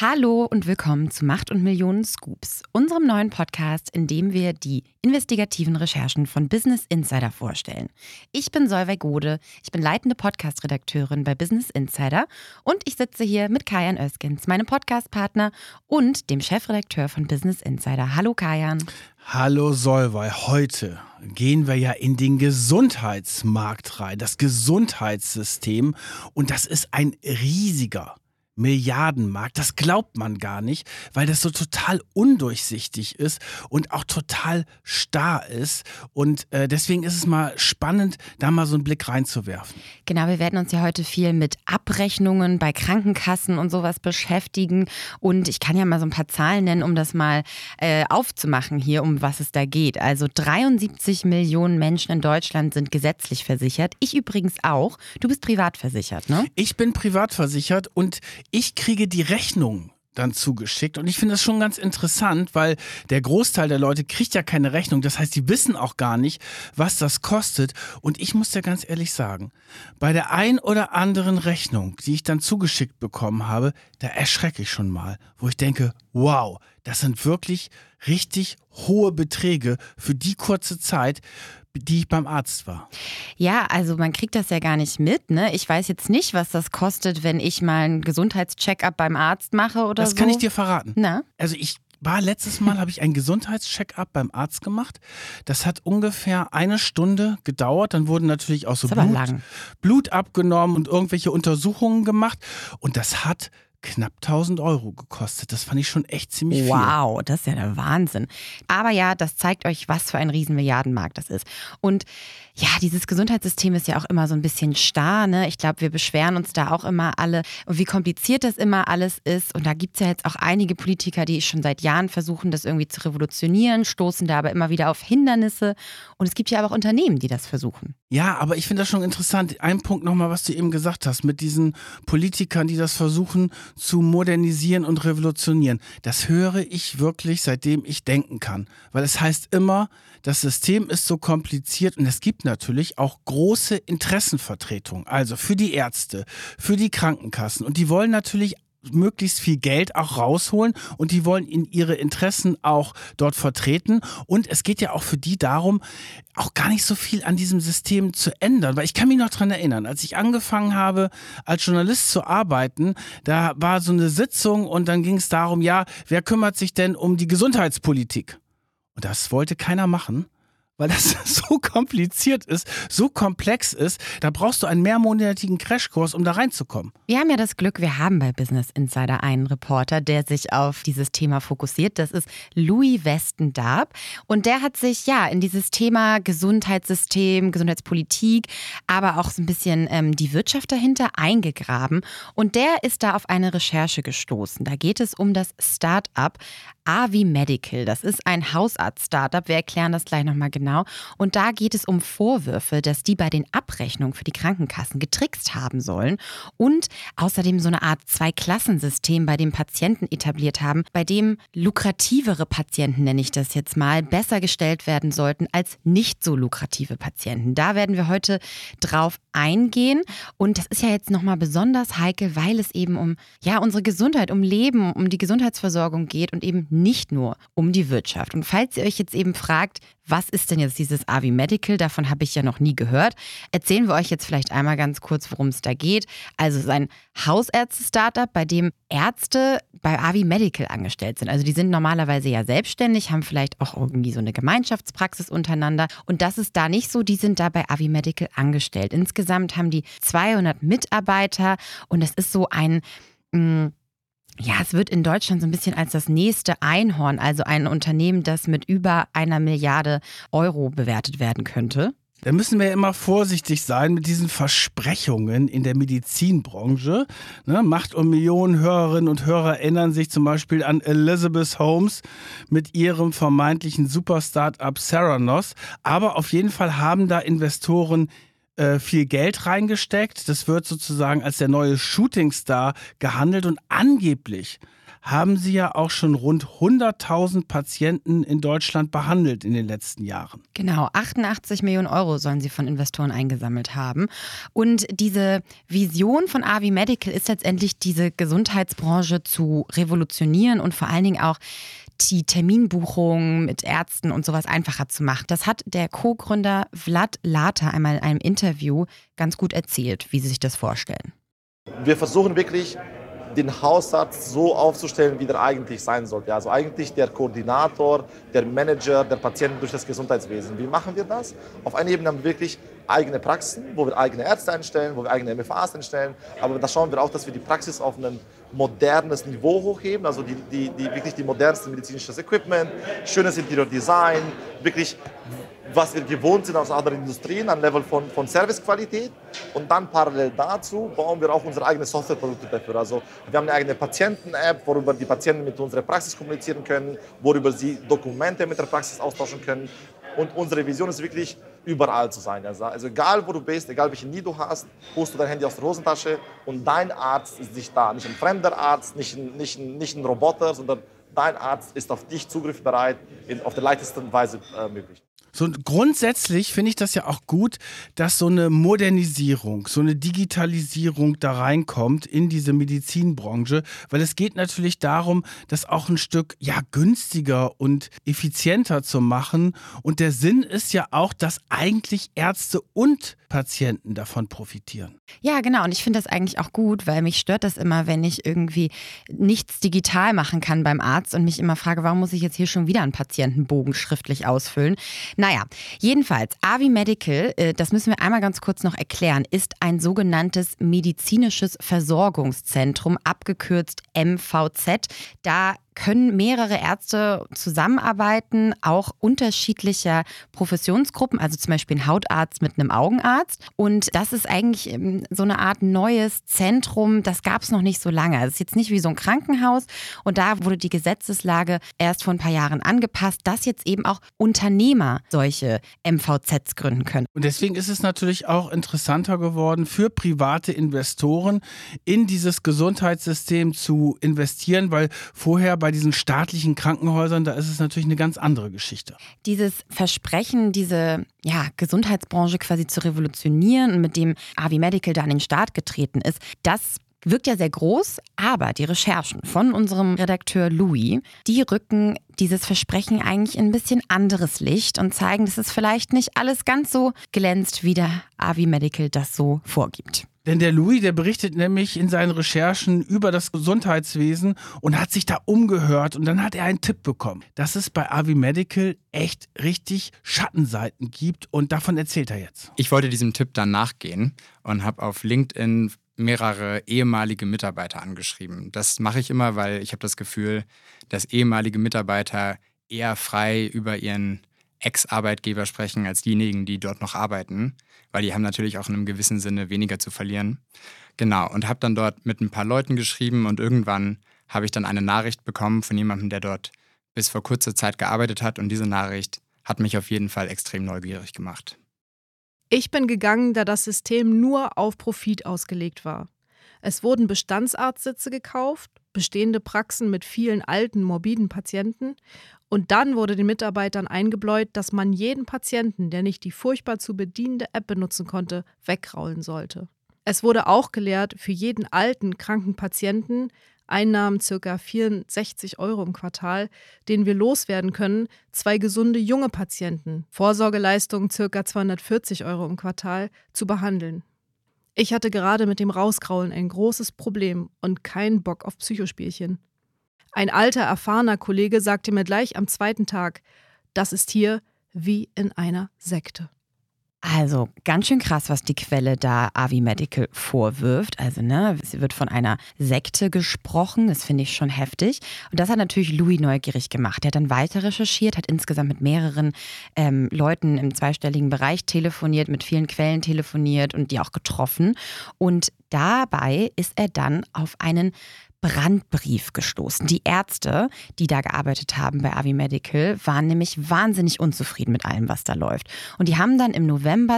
Hallo und willkommen zu Macht und Millionen Scoops, unserem neuen Podcast, in dem wir die investigativen Recherchen von Business Insider vorstellen. Ich bin Solveig Gode, ich bin leitende Podcast-Redakteurin bei Business Insider und ich sitze hier mit Kajan Özgens, meinem Podcast-Partner und dem Chefredakteur von Business Insider. Hallo Kajan. Hallo Solveig, heute gehen wir ja in den Gesundheitsmarkt rein, das Gesundheitssystem, und das ist ein riesiger Milliardenmarkt. Das glaubt man gar nicht, weil das so total undurchsichtig ist und auch total starr ist. Und deswegen ist es mal spannend, da mal so einen Blick reinzuwerfen. Genau, wir werden uns ja heute viel mit Abrechnungen bei Krankenkassen und sowas beschäftigen. Und ich kann ja mal so ein paar Zahlen nennen, um das mal aufzumachen hier, um was es da geht. Also 73 Millionen Menschen in Deutschland sind gesetzlich versichert. Ich übrigens auch. Du bist privat versichert, ne? Ich bin privat versichert und ich kriege die Rechnung dann zugeschickt, und ich finde das schon ganz interessant, weil der Großteil der Leute kriegt ja keine Rechnung, das heißt, die wissen auch gar nicht, was das kostet, und ich muss dir ganz ehrlich sagen, bei der ein oder anderen Rechnung, die ich dann zugeschickt bekommen habe, da erschrecke ich schon mal, wo ich denke, wow, das sind wirklich richtig hohe Beträge für die kurze Zeit, die ich beim Arzt war. Ja, also man kriegt das ja gar nicht mit, ne? Ich weiß jetzt nicht, was das kostet, wenn ich mal einen Gesundheitscheck-up beim Arzt mache oder so. Das kann ich dir verraten. Na? Also letztes Mal habe ich einen Gesundheitscheck-up beim Arzt gemacht. Das hat ungefähr 1 Stunde gedauert. Dann wurden natürlich auch so Blut abgenommen und irgendwelche Untersuchungen gemacht. Und das hat knapp 1.000 € gekostet. Das fand ich schon echt ziemlich viel. Wow, das ist ja der Wahnsinn. Aber ja, das zeigt euch, was für ein Riesenmilliardenmarkt das ist. Und ja, dieses Gesundheitssystem ist ja auch immer so ein bisschen starr, ne? Ich glaube, wir beschweren uns da auch immer alle, wie kompliziert das immer alles ist. Und da gibt es ja jetzt auch einige Politiker, die schon seit Jahren versuchen, das irgendwie zu revolutionieren, stoßen da aber immer wieder auf Hindernisse. Und es gibt ja aber auch Unternehmen, die das versuchen. Ja, aber ich finde das schon interessant. Ein Punkt nochmal, was du eben gesagt hast, mit diesen Politikern, die das versuchen zu modernisieren und revolutionieren. Das höre ich wirklich, seitdem ich denken kann. Weil es heißt immer, das System ist so kompliziert, und es gibt natürlich auch große Interessenvertretungen. Also für die Ärzte, für die Krankenkassen. Und die wollen natürlich möglichst viel Geld auch rausholen, und die wollen ihre Interessen auch dort vertreten, und es geht ja auch für die darum, auch gar nicht so viel an diesem System zu ändern, weil ich kann mich noch dran erinnern, als ich angefangen habe, als Journalist zu arbeiten, da war so eine Sitzung, und dann ging es darum, ja, wer kümmert sich denn um die Gesundheitspolitik? Und das wollte keiner machen, weil das so kompliziert ist, so komplex ist. Da brauchst du einen mehrmonatigen Crashkurs, um da reinzukommen. Wir haben ja das Glück, wir haben bei Business Insider einen Reporter, der sich auf dieses Thema fokussiert. Das ist Louis Westendorp. Und der hat sich ja in dieses Thema Gesundheitssystem, Gesundheitspolitik, aber auch so ein bisschen die Wirtschaft dahinter eingegraben. Und der ist da auf eine Recherche gestoßen. Da geht es um das Start-up Avi Medical. Das ist ein Hausarzt-Startup. Wir erklären das gleich nochmal genau. Und da geht es um Vorwürfe, dass die bei den Abrechnungen für die Krankenkassen getrickst haben sollen und außerdem so eine Art Zwei-Klassensystem bei den Patienten etabliert haben, bei dem lukrativere Patienten, nenne ich das jetzt mal, besser gestellt werden sollten als nicht so lukrative Patienten. Da werden wir heute drauf eingehen. Und das ist ja jetzt nochmal besonders heikel, weil es eben um unsere Gesundheit, um Leben, um die Gesundheitsversorgung geht und eben nicht nur um die Wirtschaft. Und falls ihr euch jetzt eben fragt, was ist denn jetzt dieses Avi Medical? Davon habe ich ja noch nie gehört. Erzählen wir euch jetzt vielleicht einmal ganz kurz, worum es da geht. Also es ist ein Hausärzte-Startup, bei dem Ärzte bei Avi Medical angestellt sind. Also die sind normalerweise ja selbstständig, haben vielleicht auch irgendwie so eine Gemeinschaftspraxis untereinander. Und das ist da nicht so, die sind da bei Avi Medical angestellt. Insgesamt haben die 200 Mitarbeiter, und es ist so ein es wird in Deutschland so ein bisschen als das nächste Einhorn, also ein Unternehmen, das mit über 1 Milliarde € bewertet werden könnte. Da müssen wir ja immer vorsichtig sein mit diesen Versprechungen in der Medizinbranche. Macht und Millionen Hörerinnen und Hörer erinnern sich zum Beispiel an Elizabeth Holmes mit ihrem vermeintlichen Super-Startup Theranos. Aber auf jeden Fall haben da Investoren viel Geld reingesteckt. Das wird sozusagen als der neue Shootingstar gehandelt, und angeblich haben Sie ja auch schon rund 100.000 Patienten in Deutschland behandelt in den letzten Jahren. Genau, 88 Millionen Euro sollen sie von Investoren eingesammelt haben. Und diese Vision von AVI Medical ist letztendlich, diese Gesundheitsbranche zu revolutionieren und vor allen Dingen auch die Terminbuchung mit Ärzten und sowas einfacher zu machen. Das hat der Co-Gründer Vlad Lata einmal in einem Interview ganz gut erzählt, wie sie sich das vorstellen. Wir versuchen wirklich, den Hausarzt so aufzustellen, wie der eigentlich sein sollte. Also eigentlich der Koordinator, der Manager der Patienten durch das Gesundheitswesen. Wie machen wir das? Auf einer Ebene haben wir wirklich eigene Praxen, wo wir eigene Ärzte einstellen, wo wir eigene MFAs einstellen. Aber da schauen wir auch, dass wir die Praxis auf ein modernes Niveau hochheben, also wirklich die modernste medizinisches Equipment, schönes Interior-Design, wirklich was wir gewohnt sind aus anderen Industrien, ein Level von Servicequalität. Und dann parallel dazu bauen wir auch unsere eigenen Softwareprodukte dafür. Also wir haben eine eigene Patienten-App, worüber die Patienten mit unserer Praxis kommunizieren können, worüber sie Dokumente mit der Praxis austauschen können. Und unsere Vision ist wirklich, überall zu sein. Also egal, wo du bist, egal welche Need du hast, holst du dein Handy aus der Hosentasche und dein Arzt ist nicht da. Nicht ein fremder Arzt, nicht ein Roboter, sondern dein Arzt ist auf dich zugriffsbereit, auf der leichtesten Weise möglich. So grundsätzlich finde ich das ja auch gut, dass so eine Modernisierung, so eine Digitalisierung da reinkommt in diese Medizinbranche, weil es geht natürlich darum, das auch ein Stück günstiger und effizienter zu machen. Und der Sinn ist ja auch, dass eigentlich Ärzte und Patienten davon profitieren. Ja, genau. Und ich finde das eigentlich auch gut, weil mich stört das immer, wenn ich irgendwie nichts digital machen kann beim Arzt und mich immer frage, warum muss ich jetzt hier schon wieder einen Patientenbogen schriftlich ausfüllen? Naja, jedenfalls, AVI Medical, das müssen wir einmal ganz kurz noch erklären, ist ein sogenanntes medizinisches Versorgungszentrum, abgekürzt MVZ. Da können mehrere Ärzte zusammenarbeiten, auch unterschiedlicher Professionsgruppen, also zum Beispiel ein Hautarzt mit einem Augenarzt. Und das ist eigentlich so eine Art neues Zentrum, das gab es noch nicht so lange. Also es ist jetzt nicht wie so ein Krankenhaus und da wurde die Gesetzeslage erst vor ein paar Jahren angepasst, dass jetzt eben auch Unternehmer solche MVZs gründen können. Und deswegen ist es natürlich auch interessanter geworden, für private Investoren in dieses Gesundheitssystem zu investieren, weil vorher bei diesen staatlichen Krankenhäusern, da ist es natürlich eine ganz andere Geschichte. Dieses Versprechen, diese Gesundheitsbranche quasi zu revolutionieren und mit dem AVI Medical da an den Start getreten ist, das wirkt ja sehr groß, aber die Recherchen von unserem Redakteur Louis, die rücken dieses Versprechen eigentlich in ein bisschen anderes Licht und zeigen, dass es vielleicht nicht alles ganz so glänzt, wie der AVI Medical das so vorgibt. Denn der Louis, der berichtet nämlich in seinen Recherchen über das Gesundheitswesen und hat sich da umgehört und dann hat er einen Tipp bekommen, dass es bei AVI Medical echt richtig Schattenseiten gibt und davon erzählt er jetzt. Ich wollte diesem Tipp dann nachgehen und habe auf LinkedIn mehrere ehemalige Mitarbeiter angeschrieben. Das mache ich immer, weil ich habe das Gefühl, dass ehemalige Mitarbeiter eher frei über ihren Ex-Arbeitgeber sprechen als diejenigen, die dort noch arbeiten, weil die haben natürlich auch in einem gewissen Sinne weniger zu verlieren. Genau, und habe dann dort mit ein paar Leuten geschrieben und irgendwann habe ich dann eine Nachricht bekommen von jemandem, der dort bis vor kurzer Zeit gearbeitet hat und diese Nachricht hat mich auf jeden Fall extrem neugierig gemacht. Ich bin gegangen, da das System nur auf Profit ausgelegt war. Es wurden Bestandsarztsitze gekauft, bestehende Praxen mit vielen alten, morbiden Patienten und dann wurde den Mitarbeitern eingebläut, dass man jeden Patienten, der nicht die furchtbar zu bedienende App benutzen konnte, wegraulen sollte. Es wurde auch gelehrt, für jeden alten, kranken Patienten Einnahmen ca. 64 € im Quartal, den wir loswerden können, 2 gesunde junge Patienten, Vorsorgeleistungen ca. 240 € im Quartal, zu behandeln. Ich hatte gerade mit dem Rauskraulen ein großes Problem und keinen Bock auf Psychospielchen. Ein alter, erfahrener Kollege sagte mir gleich am zweiten Tag, das ist hier wie in einer Sekte. Also ganz schön krass, was die Quelle da AVI Medical vorwirft. Also es wird von einer Sekte gesprochen, das finde ich schon heftig. Und das hat natürlich Louis neugierig gemacht. Er hat dann weiter recherchiert, hat insgesamt mit mehreren Leuten im zweistelligen Bereich telefoniert, mit vielen Quellen telefoniert und die auch getroffen. Und dabei ist er dann auf einen Brandbrief gestoßen. Die Ärzte, die da gearbeitet haben bei Avi Medical, waren nämlich wahnsinnig unzufrieden mit allem, was da läuft. Und die haben dann im November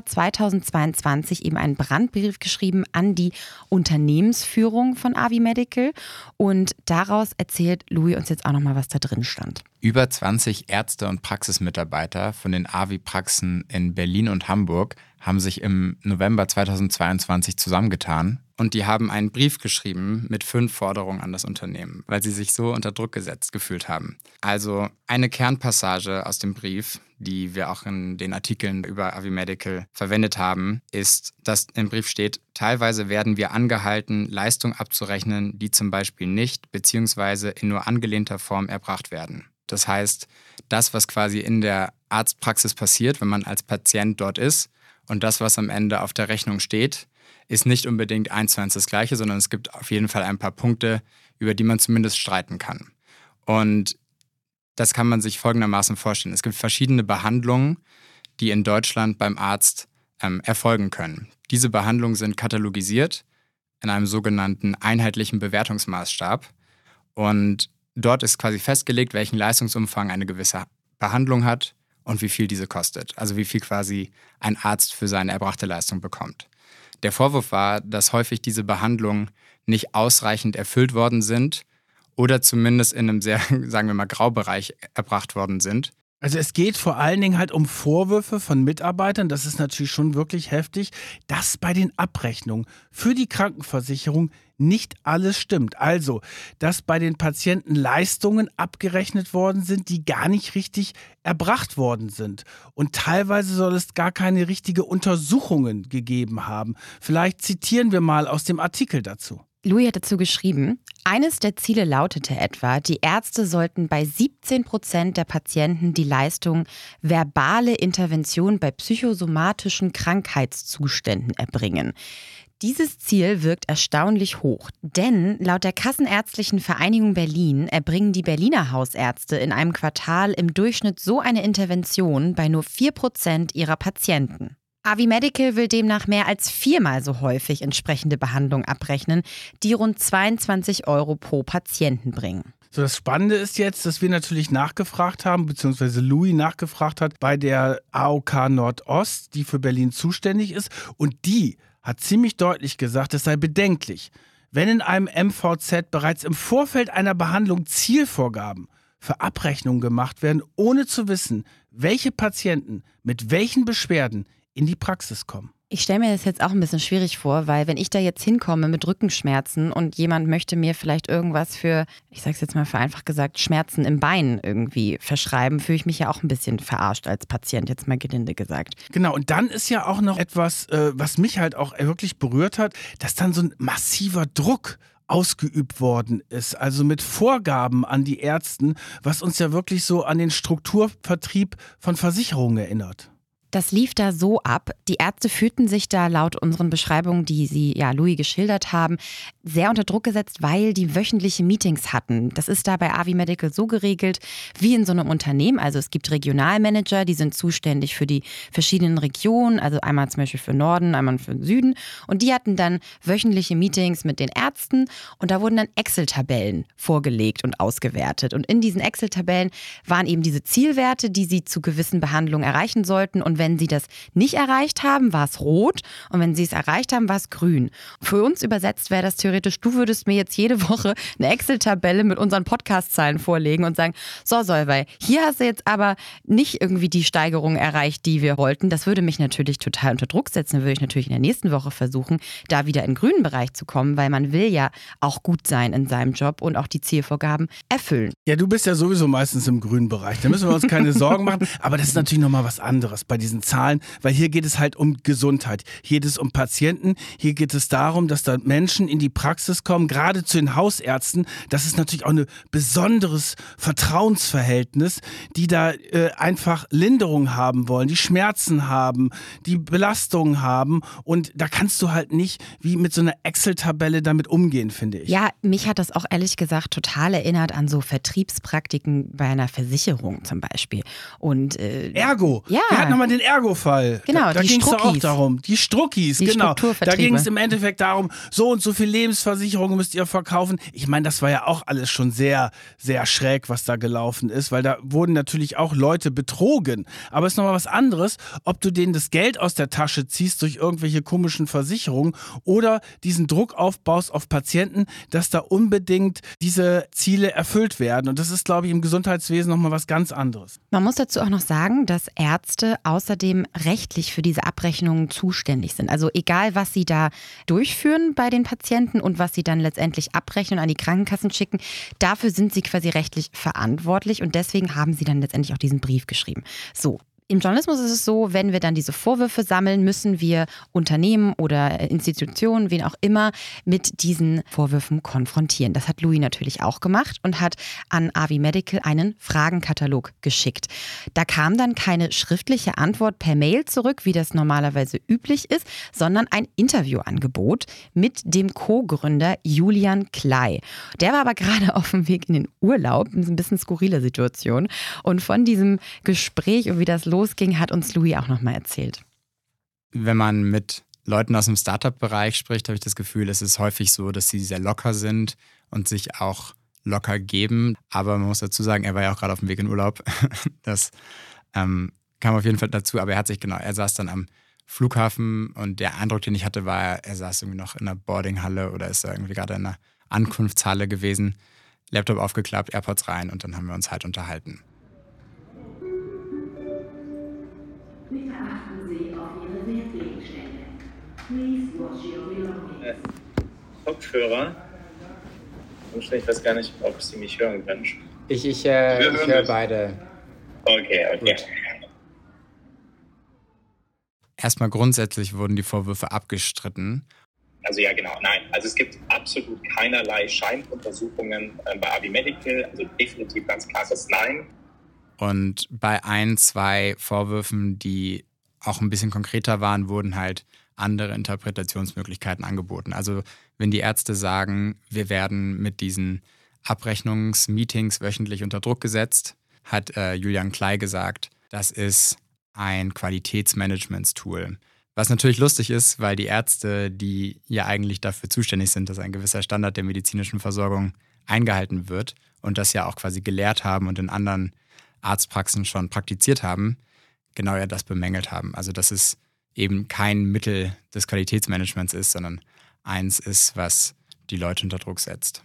2022 eben einen Brandbrief geschrieben an die Unternehmensführung von Avi Medical. Und daraus erzählt Louis uns jetzt auch nochmal, was da drin stand. Über 20 Ärzte und Praxismitarbeiter von den Avi-Praxen in Berlin und Hamburg haben sich im November 2022 zusammengetan und die haben einen Brief geschrieben mit 5 Forderungen an das Unternehmen, weil sie sich so unter Druck gesetzt gefühlt haben. Also eine Kernpassage aus dem Brief, die wir auch in den Artikeln über Avi Medical verwendet haben, ist, dass im Brief steht, teilweise werden wir angehalten, Leistung abzurechnen, die zum Beispiel nicht bzw. in nur angelehnter Form erbracht werden. Das heißt, das, was quasi in der Arztpraxis passiert, wenn man als Patient dort ist, und das, was am Ende auf der Rechnung steht, ist nicht unbedingt 1:1 das Gleiche, sondern es gibt auf jeden Fall ein paar Punkte, über die man zumindest streiten kann. Und das kann man sich folgendermaßen vorstellen. Es gibt verschiedene Behandlungen, die in Deutschland beim Arzt erfolgen können. Diese Behandlungen sind katalogisiert in einem sogenannten einheitlichen Bewertungsmaßstab. Und dort ist quasi festgelegt, welchen Leistungsumfang eine gewisse Behandlung hat und wie viel diese kostet. Also wie viel quasi ein Arzt für seine erbrachte Leistung bekommt. Der Vorwurf war, dass häufig diese Behandlungen nicht ausreichend erfüllt worden sind oder zumindest in einem sehr, sagen wir mal, Graubereich erbracht worden sind. Also es geht vor allen Dingen halt um Vorwürfe von Mitarbeitern, das ist natürlich schon wirklich heftig, dass bei den Abrechnungen für die Krankenversicherung nicht alles stimmt. Also, dass bei den Patienten Leistungen abgerechnet worden sind, die gar nicht richtig erbracht worden sind. Und teilweise soll es gar keine richtigen Untersuchungen gegeben haben. Vielleicht zitieren wir mal aus dem Artikel dazu. Louis hat dazu geschrieben, eines der Ziele lautete etwa, die Ärzte sollten bei 17% der Patienten die Leistung verbale Intervention bei psychosomatischen Krankheitszuständen erbringen. Dieses Ziel wirkt erstaunlich hoch, denn laut der Kassenärztlichen Vereinigung Berlin erbringen die Berliner Hausärzte in einem Quartal im Durchschnitt so eine Intervention bei nur 4% ihrer Patienten. Avi Medical will demnach mehr als 4-mal so häufig entsprechende Behandlung abrechnen, die rund 22 € pro Patienten bringen. So, das Spannende ist jetzt, dass wir natürlich nachgefragt haben, beziehungsweise Louis nachgefragt hat bei der AOK Nordost, die für Berlin zuständig ist. Und die hat ziemlich deutlich gesagt, es sei bedenklich, wenn in einem MVZ bereits im Vorfeld einer Behandlung Zielvorgaben für Abrechnungen gemacht werden, ohne zu wissen, welche Patienten mit welchen Beschwerden in die Praxis kommen. Ich stelle mir das jetzt auch ein bisschen schwierig vor, weil wenn ich da jetzt hinkomme mit Rückenschmerzen und jemand möchte mir vielleicht irgendwas für, ich sag's jetzt mal vereinfacht gesagt, Schmerzen im Bein irgendwie verschreiben, fühle ich mich ja auch ein bisschen verarscht als Patient, jetzt mal gelinde gesagt. Genau, und dann ist ja auch noch etwas, was mich halt auch wirklich berührt hat, dass dann so ein massiver Druck ausgeübt worden ist, also mit Vorgaben an die Ärzte, was uns ja wirklich so an den Strukturvertrieb von Versicherungen erinnert. Das lief da so ab. Die Ärzte fühlten sich da laut unseren Beschreibungen, die sie Louis geschildert haben, sehr unter Druck gesetzt, weil die wöchentliche Meetings hatten. Das ist da bei Avi Medical so geregelt wie in so einem Unternehmen. Also es gibt Regionalmanager, die sind zuständig für die verschiedenen Regionen, also einmal zum Beispiel für Norden, einmal für den Süden. Und die hatten dann wöchentliche Meetings mit den Ärzten und da wurden dann Excel-Tabellen vorgelegt und ausgewertet. Und in diesen Excel-Tabellen waren eben diese Zielwerte, die sie zu gewissen Behandlungen erreichen sollten. Und wenn sie das nicht erreicht haben, war es rot. Und wenn sie es erreicht haben, war es grün. Für uns übersetzt wäre das theoretisch, du würdest mir jetzt jede Woche eine Excel-Tabelle mit unseren Podcast-Zahlen vorlegen und sagen, so Solveig, hier hast du jetzt aber nicht irgendwie die Steigerung erreicht, die wir wollten. Das würde mich natürlich total unter Druck setzen. Dann würde ich natürlich in der nächsten Woche versuchen, da wieder in den grünen Bereich zu kommen, weil man will ja auch gut sein in seinem Job und auch die Zielvorgaben erfüllen. Ja, du bist ja sowieso meistens im grünen Bereich. Da müssen wir uns keine Sorgen machen. Aber das ist natürlich nochmal was anderes bei diesen Zahlen, weil hier geht es halt um Gesundheit. Hier geht es um Patienten. Hier geht es darum, dass da Menschen in die Praxis kommen, gerade zu den Hausärzten. Das ist natürlich auch ein besonderes Vertrauensverhältnis, die da einfach Linderung haben wollen, die Schmerzen haben, die Belastungen haben. Und da kannst du halt nicht wie mit so einer Excel-Tabelle damit umgehen, finde ich. Ja, mich hat das auch ehrlich gesagt total erinnert an so Vertriebspraktiken bei einer Versicherung zum Beispiel. Und Ergo, ja. Wir hatten nochmal den Ergo-Fall. Genau, da die ging es auch Struckis. darum. Die Struckis, Die genau. Da Strukturvertriebe. ging es im Endeffekt darum, so und so viel Lebensversicherungen müsst ihr verkaufen. Ich meine, das war ja auch alles schon sehr, sehr schräg, was da gelaufen ist, weil da wurden natürlich auch Leute betrogen. Aber es ist nochmal was anderes, ob du denen das Geld aus der Tasche ziehst durch irgendwelche komischen Versicherungen oder diesen Druck aufbaust auf Patienten, dass da unbedingt diese Ziele erfüllt werden. Und das ist, glaube ich, im Gesundheitswesen nochmal was ganz anderes. Man muss dazu auch noch sagen, dass Ärzte außerdem rechtlich für diese Abrechnungen zuständig sind. Also egal, was sie da durchführen bei den Patienten und was sie dann letztendlich abrechnen und an die Krankenkassen schicken, dafür sind sie quasi rechtlich verantwortlich und deswegen haben sie dann letztendlich auch diesen Brief geschrieben. So. Im Journalismus ist es so, wenn wir dann diese Vorwürfe sammeln, müssen wir Unternehmen oder Institutionen, wen auch immer, mit diesen Vorwürfen konfrontieren. Das hat Louis natürlich auch gemacht und hat an Avi Medical einen Fragenkatalog geschickt. Da kam dann keine schriftliche Antwort per Mail zurück, wie das normalerweise üblich ist, sondern ein Interviewangebot mit dem Co-Gründer Julian Klei. Der war aber gerade auf dem Weg in den Urlaub, ein bisschen skurrile Situation. Und von diesem Gespräch und wie das losging, hat uns Louis auch nochmal erzählt. Wenn man mit Leuten aus dem Startup-Bereich spricht, habe ich das Gefühl, es ist häufig so, dass sie sehr locker sind und sich auch locker geben. Aber man muss dazu sagen, er war ja auch gerade auf dem Weg in Urlaub. Das kam auf jeden Fall dazu. Aber er saß dann am Flughafen und der Eindruck, den ich hatte, war, er saß irgendwie noch in einer Boardinghalle oder ist da irgendwie gerade in einer Ankunftshalle gewesen. Laptop aufgeklappt, AirPods rein und dann haben wir uns halt unterhalten. Bitte achten Sie auf Ihre Wertgegenstände. Please watch your belongings. Kopfhörer. Ich weiß gar nicht, ob Sie mich hören können. Ich höre beide. Okay. Gut. Erstmal grundsätzlich wurden die Vorwürfe abgestritten. Also ja, genau, nein. Also es gibt absolut keinerlei Scheinuntersuchungen bei Avi Medical. Also definitiv ganz klares Nein. Und bei 1, 2 Vorwürfen, die auch ein bisschen konkreter waren, wurden halt andere Interpretationsmöglichkeiten angeboten. Also wenn die Ärzte sagen, wir werden mit diesen Abrechnungsmeetings wöchentlich unter Druck gesetzt, hat Julian Klei gesagt, das ist ein Qualitätsmanagementstool. Was natürlich lustig ist, weil die Ärzte, die ja eigentlich dafür zuständig sind, dass ein gewisser Standard der medizinischen Versorgung eingehalten wird und das ja auch quasi gelehrt haben und in anderen Arztpraxen schon praktiziert haben, genau ja das bemängelt haben. Also dass es eben kein Mittel des Qualitätsmanagements ist, sondern eins ist, was die Leute unter Druck setzt.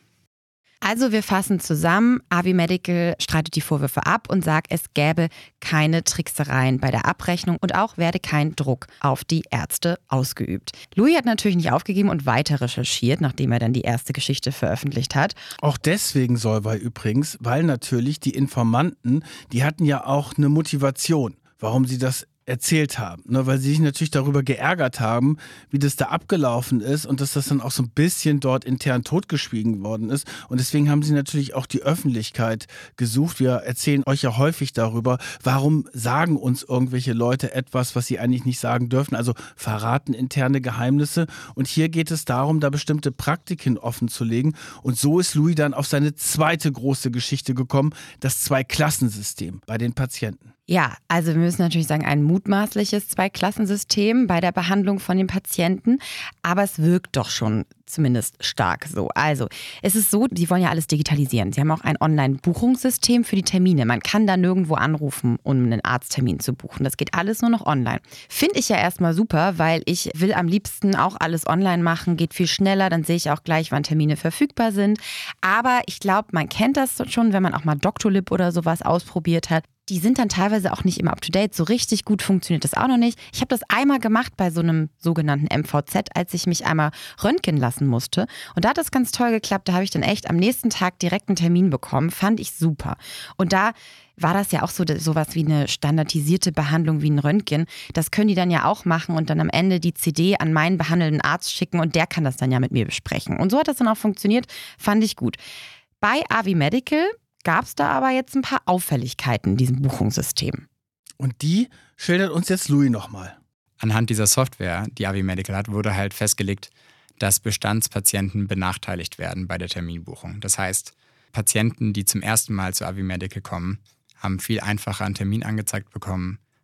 Also wir fassen zusammen, Avi Medical streitet die Vorwürfe ab und sagt, es gäbe keine Tricksereien bei der Abrechnung und auch werde kein Druck auf die Ärzte ausgeübt. Louis hat natürlich nicht aufgegeben und weiter recherchiert, nachdem er dann die erste Geschichte veröffentlicht hat. Auch deswegen Solvay übrigens, weil natürlich die Informanten, die hatten ja auch eine Motivation, warum sie das erzählt haben, ne, weil sie sich natürlich darüber geärgert haben, wie das da abgelaufen ist und dass das dann auch so ein bisschen dort intern totgeschwiegen worden ist und deswegen haben sie natürlich auch die Öffentlichkeit gesucht. Wir erzählen euch ja häufig darüber, warum sagen uns irgendwelche Leute etwas, was sie eigentlich nicht sagen dürfen, also verraten interne Geheimnisse und hier geht es darum, da bestimmte Praktiken offen zu legen und so ist Louis dann auf seine zweite große Geschichte gekommen, das Zwei-Klassensystem bei den Patienten. Ja, also wir müssen natürlich sagen, ein mutmaßliches Zweiklassensystem bei der Behandlung von den Patienten, aber es wirkt doch schon zumindest stark so. Also es ist so, sie wollen ja alles digitalisieren. Sie haben auch ein Online-Buchungssystem für die Termine. Man kann da nirgendwo anrufen, um einen Arzttermin zu buchen. Das geht alles nur noch online. Finde ich ja erstmal super, weil ich will am liebsten auch alles online machen, geht viel schneller, dann sehe ich auch gleich, wann Termine verfügbar sind. Aber ich glaube, man kennt das schon, wenn man auch mal Doctolib oder sowas ausprobiert hat. Die sind dann teilweise auch nicht immer up-to-date. So richtig gut funktioniert das auch noch nicht. Ich habe das einmal gemacht bei so einem sogenannten MVZ, als ich mich einmal röntgen lassen musste. Und da hat das ganz toll geklappt. Da habe ich dann echt am nächsten Tag direkt einen Termin bekommen. Fand ich super. Und da war das ja auch sowas wie eine standardisierte Behandlung wie ein Röntgen. Das können die dann ja auch machen und dann am Ende die CD an meinen behandelnden Arzt schicken und der kann das dann ja mit mir besprechen. Und so hat das dann auch funktioniert. Fand ich gut. Bei Avi Medical gab es da aber jetzt ein paar Auffälligkeiten in diesem Buchungssystem. Und die schildert uns jetzt Louis nochmal. Anhand dieser Software, die Avi Medical hat, wurde halt festgelegt, dass Bestandspatienten benachteiligt werden bei der Terminbuchung. Das heißt, Patienten, die zum ersten Mal zu Avi Medical kommen, haben viel einfacher einen Termin angezeigt bekommen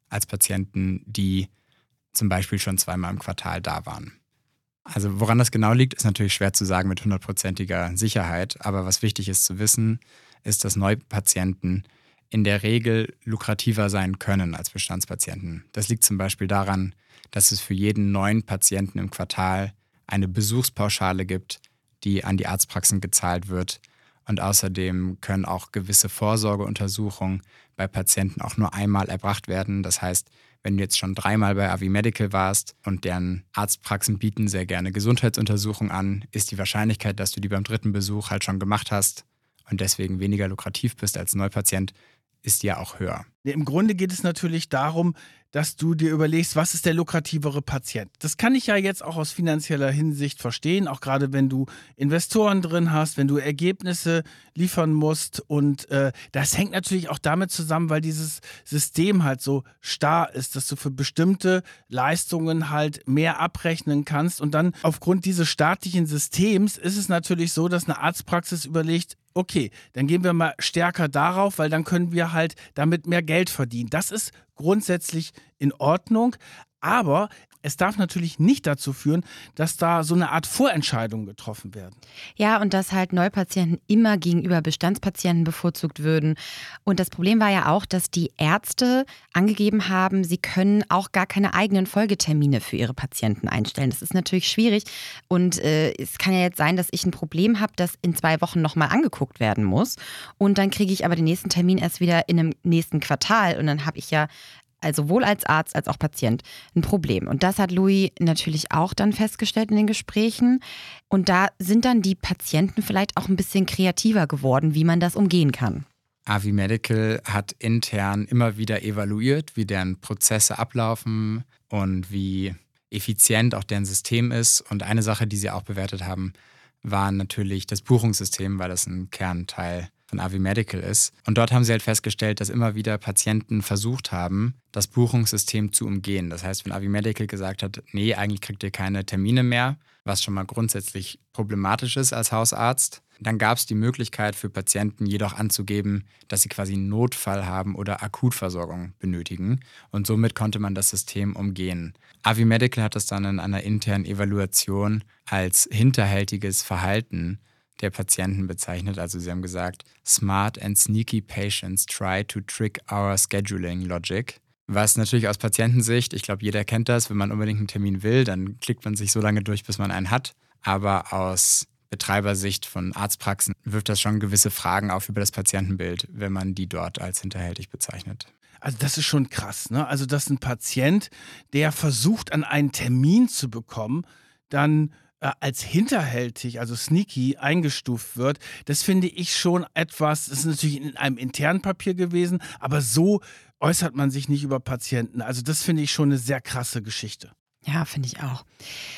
als Patienten, die zum Beispiel schon 2-mal im Quartal da waren. Also woran das genau liegt, ist natürlich schwer zu sagen mit 100%iger Sicherheit. Aber was wichtig ist zu wissen, ist, dass Neupatienten in der Regel lukrativer sein können als Bestandspatienten. Das liegt zum Beispiel daran, dass es für jeden neuen Patienten im Quartal eine Besuchspauschale gibt, die an die Arztpraxen gezahlt wird. Und außerdem können auch gewisse Vorsorgeuntersuchungen bei Patienten auch nur einmal erbracht werden. Das heißt, wenn du jetzt schon 3-mal bei Avi Medical warst und deren Arztpraxen bieten sehr gerne Gesundheitsuntersuchungen an, ist die Wahrscheinlichkeit, dass du die beim 3. Besuch halt schon gemacht hast und deswegen weniger lukrativ bist als Neupatient, ist ja auch höher. Im Grunde geht es natürlich darum, dass du dir überlegst, was ist der lukrativere Patient. Das kann ich ja jetzt auch aus finanzieller Hinsicht verstehen, auch gerade wenn du Investoren drin hast, wenn du Ergebnisse liefern musst. Und das hängt natürlich auch damit zusammen, weil dieses System halt so starr ist, dass du für bestimmte Leistungen halt mehr abrechnen kannst. Und dann aufgrund dieses staatlichen Systems ist es natürlich so, dass eine Arztpraxis überlegt, okay, dann gehen wir mal stärker darauf, weil dann können wir halt damit mehr Geld verdienen. Das ist grundsätzlich in Ordnung, aber es darf natürlich nicht dazu führen, dass da so eine Art Vorentscheidungen getroffen werden. Ja, und dass halt Neupatienten immer gegenüber Bestandspatienten bevorzugt würden. Und das Problem war ja auch, dass die Ärzte angegeben haben, sie können auch gar keine eigenen Folgetermine für ihre Patienten einstellen. Das ist natürlich schwierig. Und es kann ja jetzt sein, dass ich ein Problem habe, das in 2 Wochen nochmal angeguckt werden muss. Und dann kriege ich aber den nächsten Termin erst wieder in einem nächsten Quartal. Und dann habe ich ja also sowohl als Arzt als auch Patient ein Problem. Und das hat Louis natürlich auch dann festgestellt in den Gesprächen. Und da sind dann die Patienten vielleicht auch ein bisschen kreativer geworden, wie man das umgehen kann. Avi Medical hat intern immer wieder evaluiert, wie deren Prozesse ablaufen und wie effizient auch deren System ist. Und eine Sache, die sie auch bewertet haben, war natürlich das Buchungssystem, weil das ein Kernteil von Avi Medical ist. Und dort haben sie halt festgestellt, dass immer wieder Patienten versucht haben, das Buchungssystem zu umgehen. Das heißt, wenn Avi Medical gesagt hat, nee, eigentlich kriegt ihr keine Termine mehr, was schon mal grundsätzlich problematisch ist als Hausarzt, dann gab es die Möglichkeit für Patienten jedoch anzugeben, dass sie quasi einen Notfall haben oder Akutversorgung benötigen. Und somit konnte man das System umgehen. Avi Medical hat das dann in einer internen Evaluation als hinterhältiges Verhalten der Patienten bezeichnet. Also sie haben gesagt, smart and sneaky patients try to trick our scheduling logic. Was natürlich aus Patientensicht, ich glaube, jeder kennt das, wenn man unbedingt einen Termin will, dann klickt man sich so lange durch, bis man einen hat. Aber aus Betreibersicht von Arztpraxen wirft das schon gewisse Fragen auf über das Patientenbild, wenn man die dort als hinterhältig bezeichnet. Also das ist schon krass, ne? Also dass ein Patient, der versucht, an einen Termin zu bekommen, dann als hinterhältig, also sneaky, eingestuft wird, das finde ich schon etwas, das ist natürlich in einem internen Papier gewesen, aber so äußert man sich nicht über Patienten. Also das finde ich schon eine sehr krasse Geschichte. Ja, finde ich auch.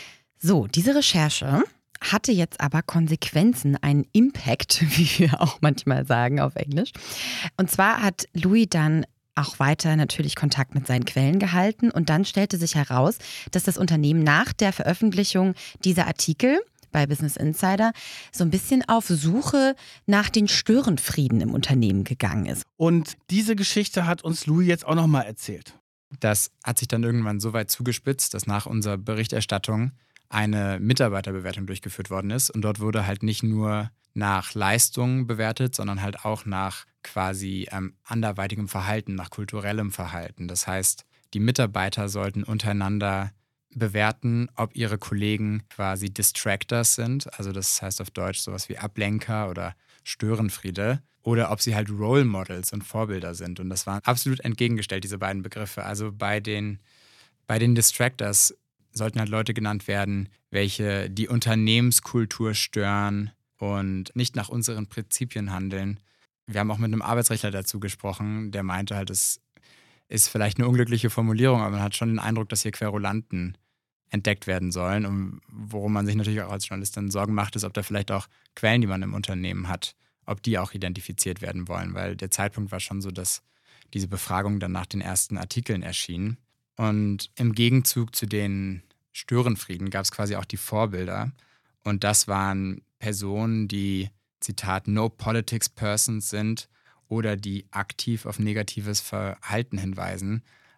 So, diese Recherche hatte jetzt aber Konsequenzen, einen Impact, wie wir auch manchmal sagen auf Englisch. Und zwar hat Louis dann auch weiter natürlich Kontakt mit seinen Quellen gehalten und dann stellte sich heraus, dass das Unternehmen nach der Veröffentlichung dieser Artikel bei Business Insider so ein bisschen auf Suche nach den Störenfrieden im Unternehmen gegangen ist. Und diese Geschichte hat uns Louis jetzt auch nochmal erzählt. Das hat sich dann irgendwann so weit zugespitzt, dass nach unserer Berichterstattung eine Mitarbeiterbewertung durchgeführt worden ist. Und dort wurde halt nicht nur nach Leistung bewertet, sondern halt auch nach quasi anderweitigem Verhalten, nach kulturellem Verhalten. Das heißt, die Mitarbeiter sollten untereinander bewerten, ob ihre Kollegen quasi Distractors sind, also das heißt auf Deutsch sowas wie Ablenker oder Störenfriede, oder ob sie halt Role Models und Vorbilder sind. Und das waren absolut entgegengestellt, diese beiden Begriffe. Also bei den Distractors sollten halt Leute genannt werden, welche die Unternehmenskultur stören und nicht nach unseren Prinzipien handeln. Wir haben auch mit einem Arbeitsrechtler dazu gesprochen, der meinte halt, es ist vielleicht eine unglückliche Formulierung, aber man hat schon den Eindruck, dass hier Querulanten entdeckt werden sollen. Und worum man sich natürlich auch als Journalist dann Sorgen macht, ist, ob da vielleicht auch Quellen, die man im Unternehmen hat, ob die auch identifiziert werden wollen. Weil der Zeitpunkt war schon so, dass diese Befragung dann nach den ersten Artikeln erschien. Und im Gegenzug zu den Störenfrieden gab es quasi auch die Vorbilder. Und das waren Personen, die, Zitat, no politics persons sind oder die aktiv auf negatives Verhalten hinweisen.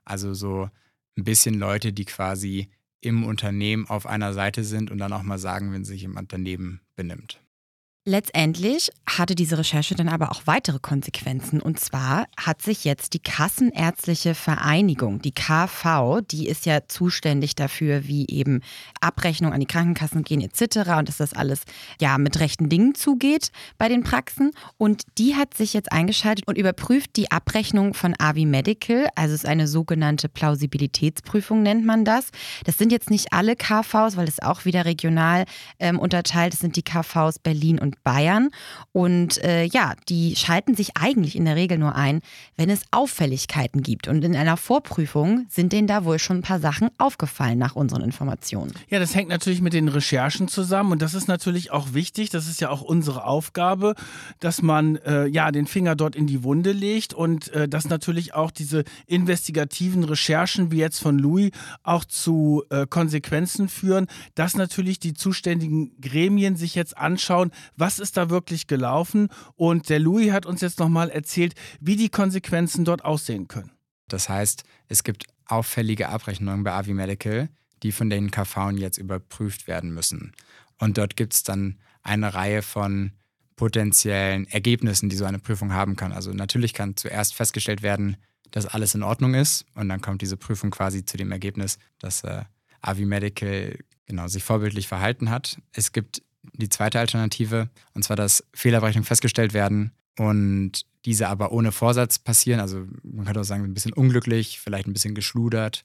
Also so ein bisschen Leute, die quasi im Unternehmen auf einer Seite sind und dann auch mal sagen, wenn sich jemand daneben benimmt. Letztendlich hatte diese Recherche dann aber auch weitere Konsequenzen. Und zwar hat sich jetzt die Kassenärztliche Vereinigung, die KV, die ist ja zuständig dafür, wie eben Abrechnungen an die Krankenkassen gehen etc. und dass das alles ja mit rechten Dingen zugeht bei den Praxen. Und die hat sich jetzt eingeschaltet und überprüft die Abrechnung von Avi Medical. Also es ist eine sogenannte Plausibilitätsprüfung, nennt man das. Das sind jetzt nicht alle KVs, weil es auch wieder regional unterteilt. Das sind die KVs Berlin und Bayern. Und die schalten sich eigentlich in der Regel nur ein, wenn es Auffälligkeiten gibt. Und in einer Vorprüfung sind denen da wohl schon ein paar Sachen aufgefallen nach unseren Informationen. Ja, das hängt natürlich mit den Recherchen zusammen und das ist natürlich auch wichtig. Das ist ja auch unsere Aufgabe, dass man den Finger dort in die Wunde legt und dass natürlich auch diese investigativen Recherchen wie jetzt von Louis auch zu Konsequenzen führen, dass natürlich die zuständigen Gremien sich jetzt anschauen, was ist da wirklich gelaufen? Und der Louis hat uns jetzt nochmal erzählt, wie die Konsequenzen dort aussehen können. Das heißt, es gibt auffällige Abrechnungen bei Avi Medical, die von den KV jetzt überprüft werden müssen. Und dort gibt es dann eine Reihe von potenziellen Ergebnissen, die so eine Prüfung haben kann. Also natürlich kann zuerst festgestellt werden, dass alles in Ordnung ist und dann kommt diese Prüfung quasi zu dem Ergebnis, dass Avi Medical sich vorbildlich verhalten hat. Es gibt die zweite Alternative, und zwar, dass Fehlerberechnungen festgestellt werden und diese aber ohne Vorsatz passieren. Also man könnte auch sagen, ein bisschen unglücklich, vielleicht ein bisschen geschludert.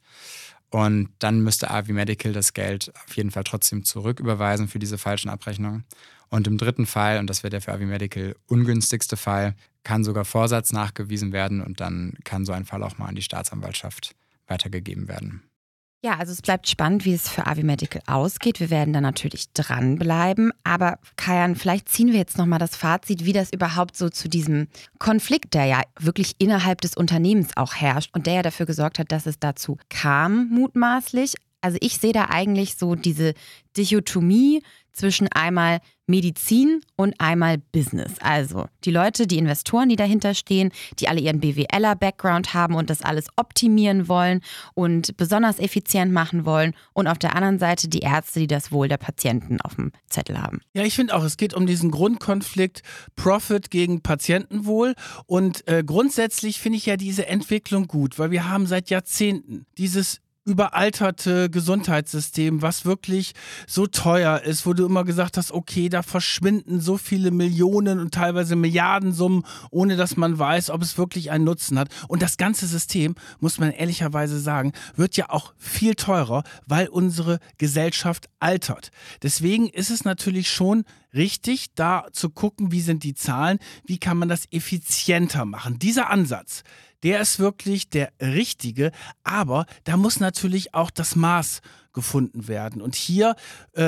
Und dann müsste Avi Medical das Geld auf jeden Fall trotzdem zurücküberweisen für diese falschen Abrechnungen. Und im dritten Fall, und das wäre der für Avi Medical ungünstigste Fall, kann sogar Vorsatz nachgewiesen werden und dann kann so ein Fall auch mal an die Staatsanwaltschaft weitergegeben werden. Ja, also es bleibt spannend, wie es für Avi Medical ausgeht. Wir werden da natürlich dranbleiben. Aber Kajan, vielleicht ziehen wir jetzt nochmal das Fazit, wie das überhaupt so zu diesem Konflikt, der ja wirklich innerhalb des Unternehmens auch herrscht und der ja dafür gesorgt hat, dass es dazu kam, mutmaßlich. Also ich sehe da eigentlich so diese Dichotomie zwischen einmal Medizin und einmal Business. Also die Leute, die Investoren, die dahinter stehen, die alle ihren BWLer-Background haben und das alles optimieren wollen und besonders effizient machen wollen. Und auf der anderen Seite die Ärzte, die das Wohl der Patienten auf dem Zettel haben. Ja, ich finde auch, es geht um diesen Grundkonflikt Profit gegen Patientenwohl. Und grundsätzlich finde ich ja diese Entwicklung gut, weil wir haben seit Jahrzehnten dieses überalterte Gesundheitssystem, was wirklich so teuer ist, wo du immer gesagt hast, okay, da verschwinden so viele Millionen und teilweise Milliardensummen, ohne dass man weiß, ob es wirklich einen Nutzen hat. Und das ganze System, muss man ehrlicherweise sagen, wird ja auch viel teurer, weil unsere Gesellschaft altert. Deswegen ist es natürlich schon richtig, da zu gucken, wie sind die Zahlen, wie kann man das effizienter machen. Dieser Ansatz, der ist wirklich der richtige, aber da muss natürlich auch das Maß gefunden werden. Und hier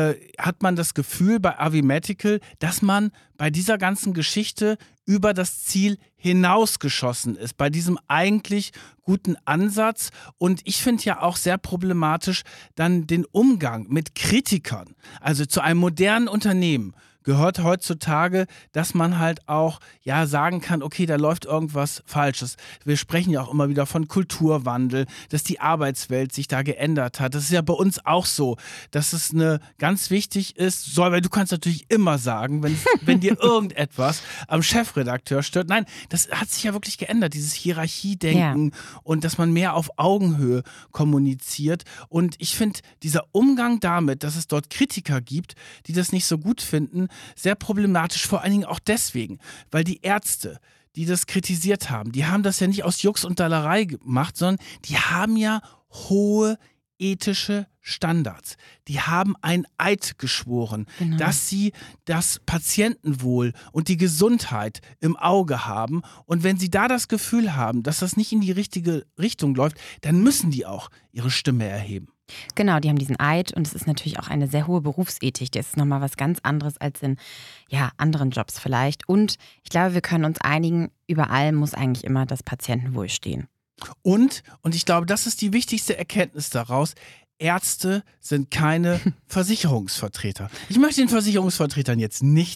hat man das Gefühl bei Avi Medical, dass man bei dieser ganzen Geschichte über das Ziel hinausgeschossen ist, bei diesem eigentlich guten Ansatz. Und ich finde ja auch sehr problematisch dann den Umgang mit Kritikern. Also zu einem modernen Unternehmen gehört heutzutage, dass man halt auch sagen kann, okay, da läuft irgendwas Falsches. Wir sprechen ja auch immer wieder von Kulturwandel, dass die Arbeitswelt sich da geändert hat. Das ist ja bei uns auch so, dass es ganz wichtig ist, weil du kannst natürlich immer sagen, wenn dir irgendetwas am Chefredakteur stört. Nein, das hat sich ja wirklich geändert, dieses Hierarchiedenken und dass man mehr auf Augenhöhe kommuniziert. Und ich finde, dieser Umgang damit, dass es dort Kritiker gibt, die das nicht so gut finden, sehr problematisch, vor allen Dingen auch deswegen, weil die Ärzte, die das kritisiert haben, die haben das ja nicht aus Jux und Dallerei gemacht, sondern die haben ja hohe ethische Standards. Die haben ein Eid geschworen, dass sie das Patientenwohl und die Gesundheit im Auge haben. Und wenn sie da das Gefühl haben, dass das nicht in die richtige Richtung läuft, dann müssen die auch ihre Stimme erheben. Genau, die haben diesen Eid und es ist natürlich auch eine sehr hohe Berufsethik. Das ist nochmal was ganz anderes als in anderen Jobs vielleicht. Und ich glaube, wir können uns einigen, überall muss eigentlich immer das Patientenwohl stehen. Und ich glaube, das ist die wichtigste Erkenntnis daraus, Ärzte sind keine Versicherungsvertreter. Ich möchte den Versicherungsvertretern jetzt nicht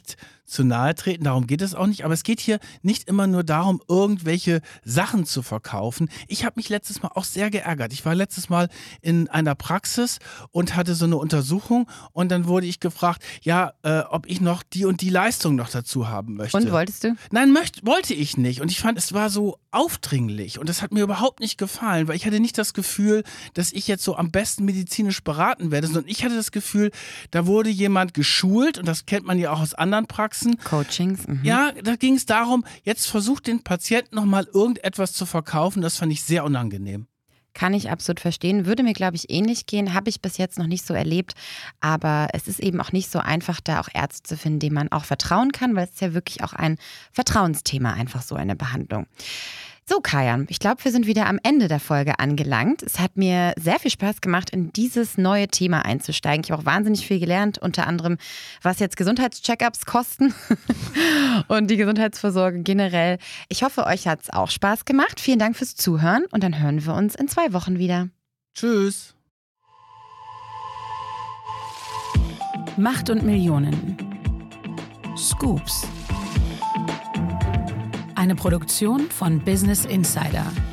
zu nahe treten, darum geht es auch nicht. Aber es geht hier nicht immer nur darum, irgendwelche Sachen zu verkaufen. Ich habe mich letztes Mal auch sehr geärgert. Ich war letztes Mal in einer Praxis und hatte so eine Untersuchung und dann wurde ich gefragt, ob ich noch die und die Leistung noch dazu haben möchte. Und wolltest du? Nein, wollte ich nicht. Und ich fand, es war so aufdringlich und das hat mir überhaupt nicht gefallen, weil ich hatte nicht das Gefühl, dass ich jetzt so am besten medizinisch beraten werde, sondern ich hatte das Gefühl, da wurde jemand geschult und das kennt man ja auch aus anderen Praxen. Coachings. Ja, da ging es darum, jetzt versucht den Patienten nochmal irgendetwas zu verkaufen. Das fand ich sehr unangenehm. Kann ich absolut verstehen. Würde mir, glaube ich, ähnlich gehen. Habe ich bis jetzt noch nicht so erlebt. Aber es ist eben auch nicht so einfach, da auch Ärzte zu finden, denen man auch vertrauen kann, weil es ist ja wirklich auch ein Vertrauensthema, einfach so eine Behandlung. So, Kajan, ich glaube, wir sind wieder am Ende der Folge angelangt. Es hat mir sehr viel Spaß gemacht, in dieses neue Thema einzusteigen. Ich habe auch wahnsinnig viel gelernt, unter anderem, was jetzt Gesundheitscheckups kosten und die Gesundheitsvorsorge generell. Ich hoffe, euch hat es auch Spaß gemacht. Vielen Dank fürs Zuhören und dann hören wir uns in 2 Wochen wieder. Tschüss. Macht und Millionen. Scoops. Eine Produktion von Business Insider.